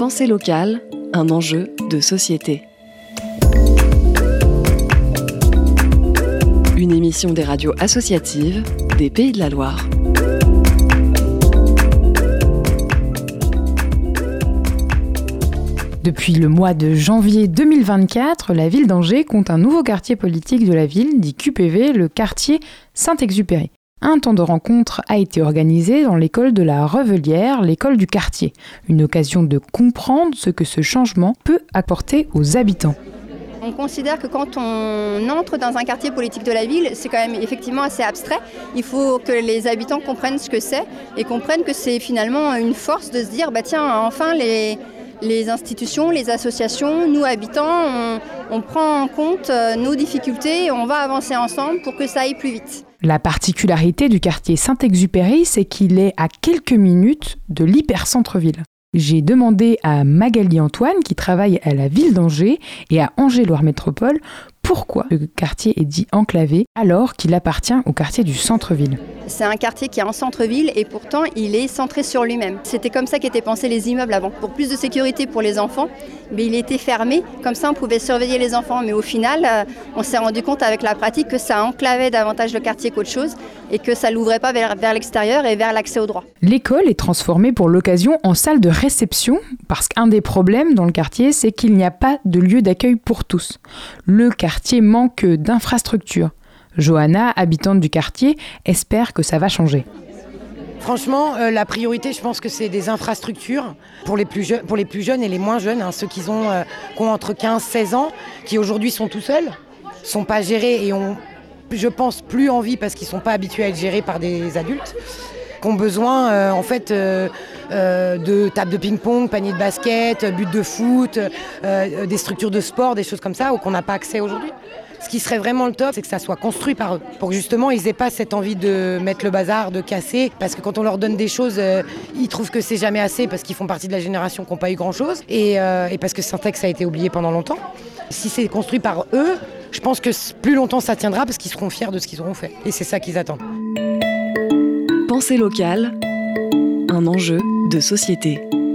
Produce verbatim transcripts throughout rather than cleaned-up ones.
Pensée locale, un enjeu de société. Une émission des radios associatives des Pays de la Loire. Depuis le mois de janvier deux mille vingt-quatre, la ville d'Angers compte un nouveau quartier politique de la ville, dit Q P V, le quartier Saint-Exupéry. Un temps de rencontre a été organisé dans l'école de la Revelière, l'école du quartier. Une occasion de comprendre ce que ce changement peut apporter aux habitants. On considère que quand on entre dans un quartier politique de la ville, c'est quand même effectivement assez abstrait. Il faut que les habitants comprennent ce que c'est et comprennent que c'est finalement une force de se dire bah tiens, enfin les, les institutions, les associations, nous habitants, on, on prend en compte nos difficultés et on va avancer ensemble pour que ça aille plus vite. La particularité du quartier Saint-Exupéry, c'est qu'il est à quelques minutes de l'hyper-centre-ville. J'ai demandé à Magali Antoine, qui travaille à la ville d'Angers et à Angers-Loire Métropole, pourquoi le quartier est dit enclavé alors qu'il appartient au quartier du centre-ville. C'est un quartier qui est en centre-ville et pourtant il est centré sur lui-même. C'était comme ça qu'étaient pensés les immeubles avant. Pour plus de sécurité pour les enfants, mais il était fermé, comme ça on pouvait surveiller les enfants. Mais au final, on s'est rendu compte avec la pratique que ça enclavait davantage le quartier qu'autre chose et que ça ne l'ouvrait pas vers, vers l'extérieur et vers l'accès au droit. L'école est transformée pour l'occasion en salle de réception parce qu'un des problèmes dans le quartier, c'est qu'il n'y a pas de lieu d'accueil pour tous. Le quartier manque d'infrastructures. Johanna, habitante du quartier, espère que ça va changer. Franchement, euh, la priorité, je pense que c'est des infrastructures pour les plus, je- pour les plus jeunes et les moins jeunes, hein, ceux qui ont, euh, qui ont entre quinze et seize ans, qui aujourd'hui sont tout seuls, sont pas gérés et ont, je pense, plus envie parce qu'ils sont pas habitués à être gérés par des adultes, qui ont besoin euh, en fait euh, euh, de tables de ping-pong, paniers de basket, buts de foot, euh, des structures de sport, des choses comme ça, auxquelles on n'a pas accès aujourd'hui. Ce qui serait vraiment le top, c'est que ça soit construit par eux, pour que justement ils n'aient pas cette envie de mettre le bazar, de casser, parce que quand on leur donne des choses, euh, ils trouvent que c'est jamais assez, parce qu'ils font partie de la génération qui n'a pas eu grand-chose, et, euh, et parce que Syntex a été oublié pendant longtemps. Si c'est construit par eux, je pense que plus longtemps ça tiendra, parce qu'ils seront fiers de ce qu'ils auront fait, et c'est ça qu'ils attendent. Pensée locale, un enjeu de société.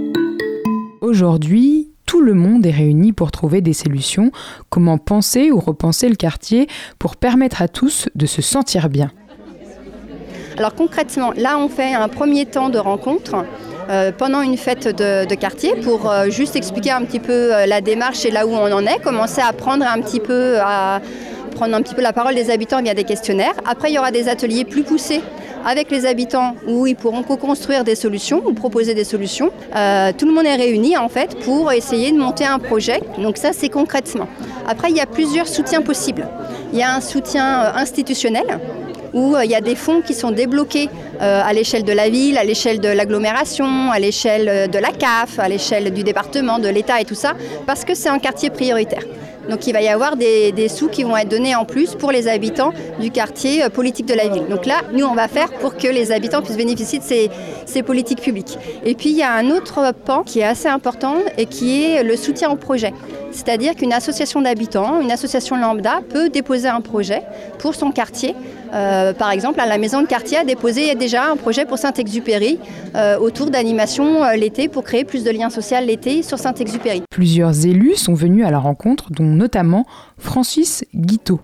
Aujourd'hui, tout le monde est réuni pour trouver des solutions. Comment penser ou repenser le quartier pour permettre à tous de se sentir bien. Alors concrètement, là on fait un premier temps de rencontre euh, pendant une fête de, de quartier pour euh, juste expliquer un petit peu euh, la démarche et là où on en est, commencer à prendre un petit peu, à prendre un petit peu la parole des habitants via des questionnaires. Après il y aura des ateliers plus poussés avec les habitants où ils pourront co-construire des solutions ou proposer des solutions. Euh, tout le monde est réuni en fait pour essayer de monter un projet. Donc ça c'est concrètement. Après il y a plusieurs soutiens possibles. Il y a un soutien euh, institutionnel où euh, il y a des fonds qui sont débloqués euh, à l'échelle de la ville, à l'échelle de l'agglomération, à l'échelle de la C A F, à l'échelle du département, de l'État et tout ça, parce que c'est un quartier prioritaire. Donc il va y avoir des, des sous qui vont être donnés en plus pour les habitants du quartier euh, politique de la ville. Donc là, nous on va faire pour que les habitants puissent bénéficier de ces, ces politiques publiques. Et puis il y a un autre pan qui est assez important et qui est le soutien au projet. C'est-à-dire qu'une association d'habitants, une association lambda peut déposer un projet pour son quartier. Euh, par exemple, la maison de quartier a déposé déjà un projet pour Saint-Exupéry euh, autour d'animation euh, l'été pour créer plus de liens sociaux l'été sur Saint-Exupéry. Plusieurs élus sont venus à la rencontre, dont notamment Francis Guiteau.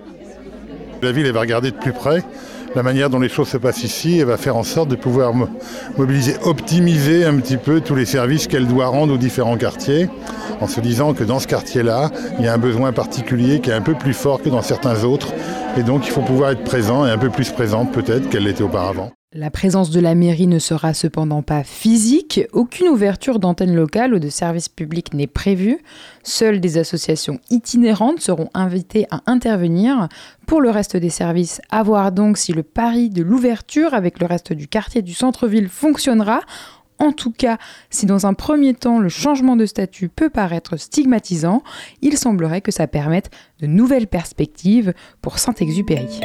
La ville elle va regarder de plus près la manière dont les choses se passent ici et va faire en sorte de pouvoir mo- mobiliser, optimiser un petit peu tous les services qu'elle doit rendre aux différents quartiers, en se disant que dans ce quartier-là, il y a un besoin particulier qui est un peu plus fort que dans certains autres, et donc il faut pouvoir être présent et un peu plus présente peut-être qu'elle l'était auparavant. La présence de la mairie ne sera cependant pas physique. Aucune ouverture d'antenne locale ou de service public n'est prévue. Seules des associations itinérantes seront invitées à intervenir. Pour le reste des services, à voir donc si le pari de l'ouverture avec le reste du quartier du centre-ville fonctionnera. En tout cas, si dans un premier temps le changement de statut peut paraître stigmatisant, il semblerait que ça permette de nouvelles perspectives pour Saint-Exupéry.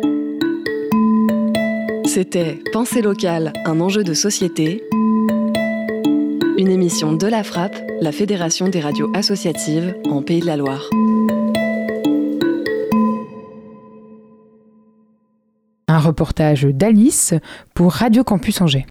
C'était Pensée locale, un enjeu de société. Une émission de la Frappe, la Fédération des radios associatives en Pays de la Loire. Un reportage d'Alice pour Radio Campus Angers.